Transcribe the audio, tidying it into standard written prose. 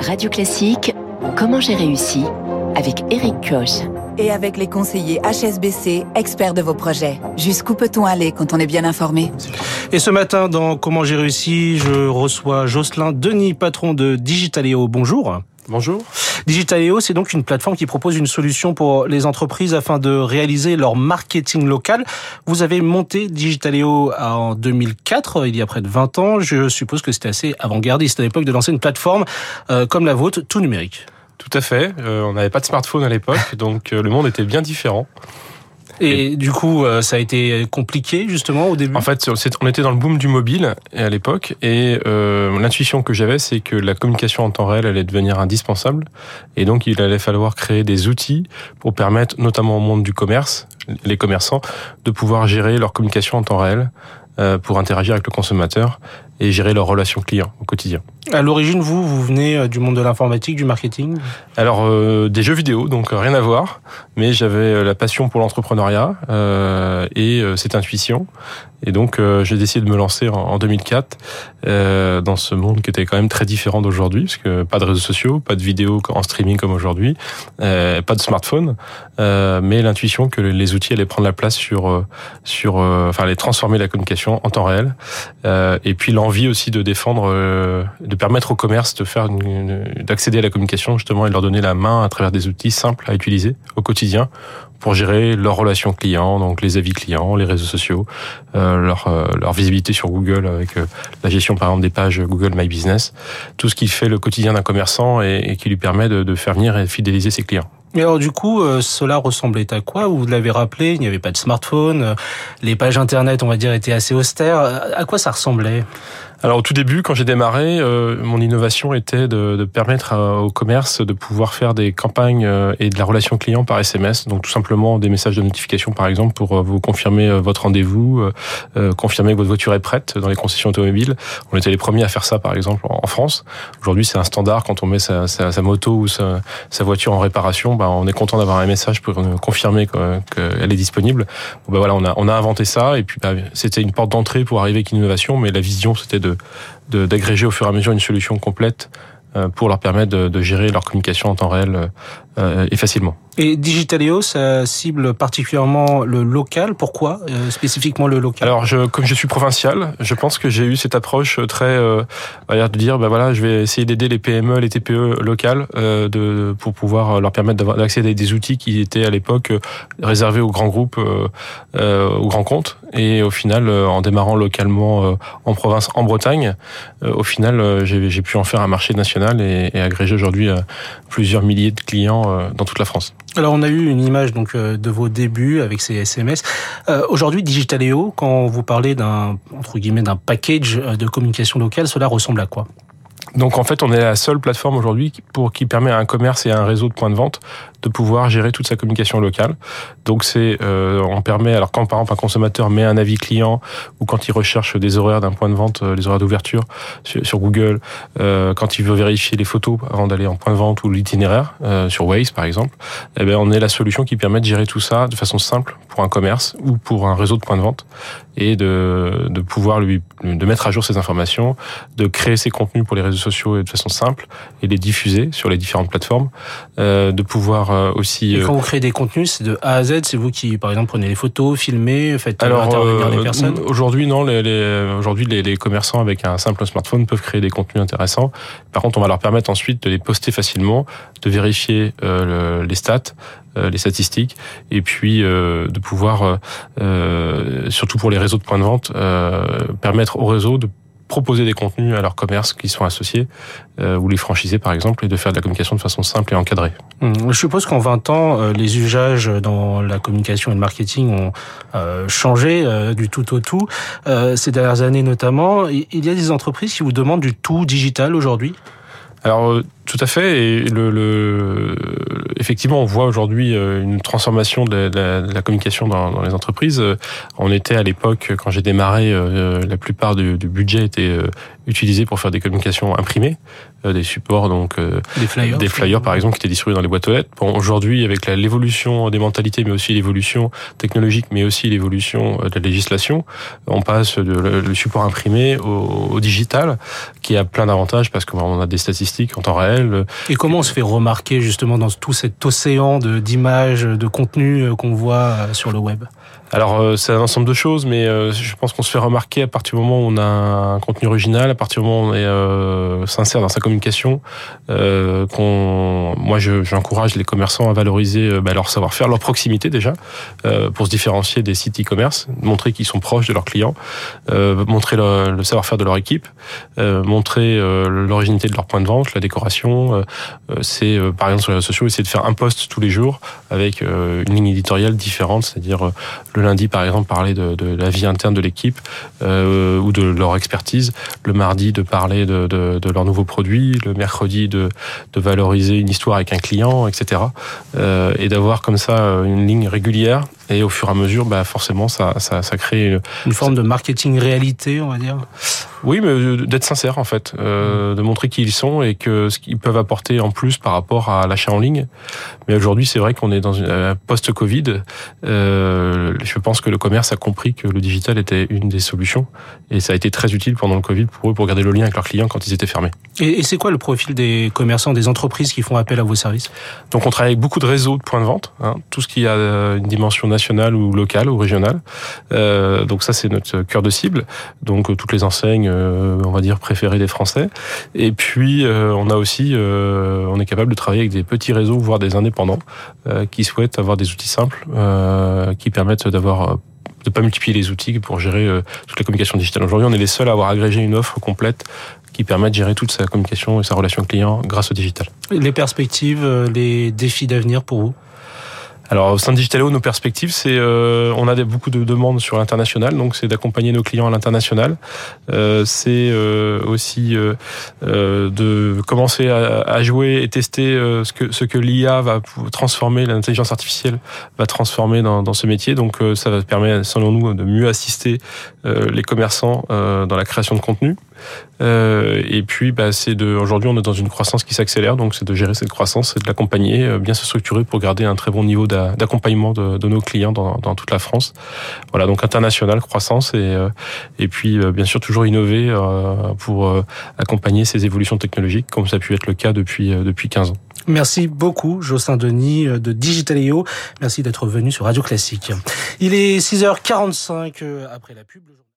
Radio Classique, Comment j'ai réussi avec Éric Koch. Et avec les conseillers HSBC, experts de vos projets. Jusqu'où peut-on aller quand on est bien informé ? Et ce matin, dans Comment j'ai réussi, je reçois Jocelyn Denis, patron de Digitaléo. Bonjour. Bonjour. Digitaléo, c'est donc une plateforme qui propose une solution pour les entreprises afin de réaliser leur marketing local. Vous avez monté Digitaléo en 2004, il y a près de 20 ans. Je suppose que c'était assez avant-gardiste à l'époque de lancer une plateforme comme la vôtre, tout numérique. Tout à fait. On n'avait pas de smartphone à l'époque, donc le monde était bien différent. Et du coup, ça a été compliqué justement au début. En fait, on était dans le boom du mobile à l'époque, et l'intuition que j'avais, c'est que la communication en temps réel allait devenir indispensable, et donc il allait falloir créer des outils pour permettre, notamment au monde du commerce, les commerçants, de pouvoir gérer leur communication en temps réel pour interagir avec le consommateur et gérer leurs relations clients au quotidien. À l'origine, vous venez du monde de l'informatique, du marketing ? Alors, des jeux vidéo, donc rien à voir, mais j'avais la passion pour l'entrepreneuriat et cette intuition. Et donc, j'ai décidé de me lancer en 2004 dans ce monde qui était quand même très différent d'aujourd'hui, parce que pas de réseaux sociaux, pas de vidéos en streaming comme aujourd'hui, pas de smartphone, mais l'intuition que les outils allaient prendre la place allaient transformer la communication en temps réel, et puis l'envie aussi de défendre, de permettre au commerce d'accéder à la communication justement et de leur donner la main à travers des outils simples à utiliser au quotidien pour gérer leurs relations clients, donc les avis clients, les réseaux sociaux, leur visibilité sur Google avec la gestion par exemple des pages Google My Business, tout ce qui fait le quotidien d'un commerçant et qui lui permet de faire venir et fidéliser ses clients. Et alors du coup, cela ressemblait à quoi ? Vous l'avez rappelé, il n'y avait pas de smartphone, les pages internet, on va dire, étaient assez austères. À quoi ça ressemblait ? Alors au tout début, quand j'ai démarré, mon innovation était de permettre au commerce de pouvoir faire des campagnes et de la relation client par SMS, donc tout simplement des messages de notification par exemple pour vous confirmer votre rendez-vous, confirmer que votre voiture est prête dans les concessions automobiles. On était les premiers à faire ça par exemple en France. Aujourd'hui c'est un standard, quand on met sa moto ou sa voiture en réparation, on est content d'avoir un message pour confirmer qu'elle est disponible. Voilà, on a inventé ça et puis c'était une porte d'entrée pour arriver avec une innovation, mais la vision c'était d'agréger au fur et à mesure une solution complète pour leur permettre de gérer leur communication en temps réel et facilement. Et Digitaléo, ça cible particulièrement le local. Pourquoi spécifiquement le local ? Alors, comme je suis provincial, je pense que j'ai eu cette approche très de dire, je vais essayer d'aider les PME, les TPE locales, pour pouvoir leur permettre d'accéder à des outils qui étaient à l'époque réservés aux grands groupes, aux grands comptes. Et au final, en démarrant localement en province, en Bretagne, au final, j'ai pu en faire un marché national et agréger aujourd'hui plusieurs milliers de clients dans toute la France. Alors on a eu une image donc de vos débuts avec ces SMS. Aujourd'hui, Digitaléo, quand vous parlez d'un package de communication locale, cela ressemble à quoi ? Donc en fait, on est la seule plateforme aujourd'hui qui permet à un commerce et à un réseau de points de vente de pouvoir gérer toute sa communication locale. Donc on permet, alors quand par exemple un consommateur met un avis client ou quand il recherche des horaires d'un point de vente, les horaires d'ouverture sur Google, quand il veut vérifier les photos avant d'aller en point de vente ou l'itinéraire sur Waze par exemple, on est la solution qui permet de gérer tout ça de façon simple pour un commerce ou pour un réseau de points de vente et de pouvoir de mettre à jour ces informations, de créer ses contenus pour les réseaux sociaux de façon simple et les diffuser sur les différentes plateformes, de pouvoir aussi... Et quand vous créez des contenus, c'est de A à Z, c'est vous qui, par exemple, prenez les photos, filmez, faites intervenir les personnes ? Aujourd'hui, non. Aujourd'hui, les commerçants avec un simple smartphone peuvent créer des contenus intéressants. Par contre, on va leur permettre ensuite de les poster facilement, de vérifier les stats, les statistiques, et puis de pouvoir, surtout pour les réseaux de points de vente, permettre au réseau de proposer des contenus à leurs commerces qui sont associés, ou les franchisés par exemple, et de faire de la communication de façon simple et encadrée. Je suppose qu'en 20 ans, les usages dans la communication et le marketing ont changé du tout au tout. Ces dernières années notamment, il y a des entreprises qui vous demandent du tout digital aujourd'hui ? Alors tout à fait, et effectivement on voit aujourd'hui une transformation de la communication dans les entreprises. On était à l'époque, quand j'ai démarré, la plupart du budget était utilisé pour faire des communications imprimées, des supports, donc des flyers par exemple qui étaient distribués dans les boîtes aux lettres. Bon, aujourd'hui avec l'évolution des mentalités, mais aussi l'évolution technologique, mais aussi l'évolution de la législation, on passe le support imprimé au digital, qui a plein d'avantages parce qu'on a des statistiques statistiques en temps réel. Et comment on se fait remarquer justement dans tout cet océan d'images, de contenus qu'on voit sur le web? Alors, c'est un ensemble de choses, mais je pense qu'on se fait remarquer à partir du moment où on a un contenu original, à partir du moment où on est sincère dans sa communication. Moi, j'encourage les commerçants à valoriser leur savoir-faire, leur proximité déjà, pour se différencier des sites e-commerce, montrer qu'ils sont proches de leurs clients, montrer le savoir-faire de leur équipe, montrer l'originalité de leur point de vente, la décoration. C'est, par exemple, sur les réseaux sociaux, essayer de faire un post tous les jours avec une ligne éditoriale différente, c'est-à-dire le lundi, par exemple, parler de la vie interne de l'équipe ou de leur expertise. Le mardi, de parler de leurs nouveaux produits. Le mercredi, de valoriser une histoire avec un client, etc. Et d'avoir comme ça une ligne régulière. Et au fur et à mesure, forcément, ça crée une forme de marketing réalité, on va dire. Oui, mais d'être sincère en fait, de montrer qui ils sont et que ce qu'ils peuvent apporter en plus par rapport à l'achat en ligne. Mais aujourd'hui, c'est vrai qu'on est dans une post-Covid. Je pense que le commerce a compris que le digital était une des solutions et ça a été très utile pendant le Covid pour eux pour garder le lien avec leurs clients quand ils étaient fermés. Et c'est quoi le profil des commerçants, des entreprises qui font appel à vos services? Donc on travaille avec beaucoup de réseaux de points de vente, tout ce qui a une dimension nationale ou locale ou régionale. Donc ça c'est notre cœur de cible. Donc toutes les enseignes, on va dire préférées des Français. Et puis on a aussi, on est capable de travailler avec des petits réseaux, voire des indépendants, qui souhaitent avoir des outils simples, qui permettent de pas multiplier les outils pour gérer toute la communication digitale. Aujourd'hui, on est les seuls à avoir agrégé une offre complète qui permet de gérer toute sa communication et sa relation client grâce au digital. Les perspectives, les défis d'avenir pour vous? Alors au sein de Digitaléo, nos perspectives, c'est on a beaucoup de demandes sur l'international, donc c'est d'accompagner nos clients à l'international. C'est aussi de commencer à jouer et tester ce que l'IA va transformer, l'intelligence artificielle va transformer dans ce métier. Donc ça va permettre, selon nous, de mieux assister les commerçants dans la création de contenu. Et puis aujourd'hui on est dans une croissance qui s'accélère, donc c'est de gérer cette croissance et de l'accompagner, bien se structurer pour garder un très bon niveau d'accompagnement de nos clients dans toute la France. Voilà, donc international, croissance et puis bien sûr toujours innover pour accompagner ces évolutions technologiques comme ça a pu être le cas depuis 15 ans. Merci beaucoup Jocelyn Denis de Digitaléo. Merci d'être venu sur Radio Classique. Il est 6h45 après la pub.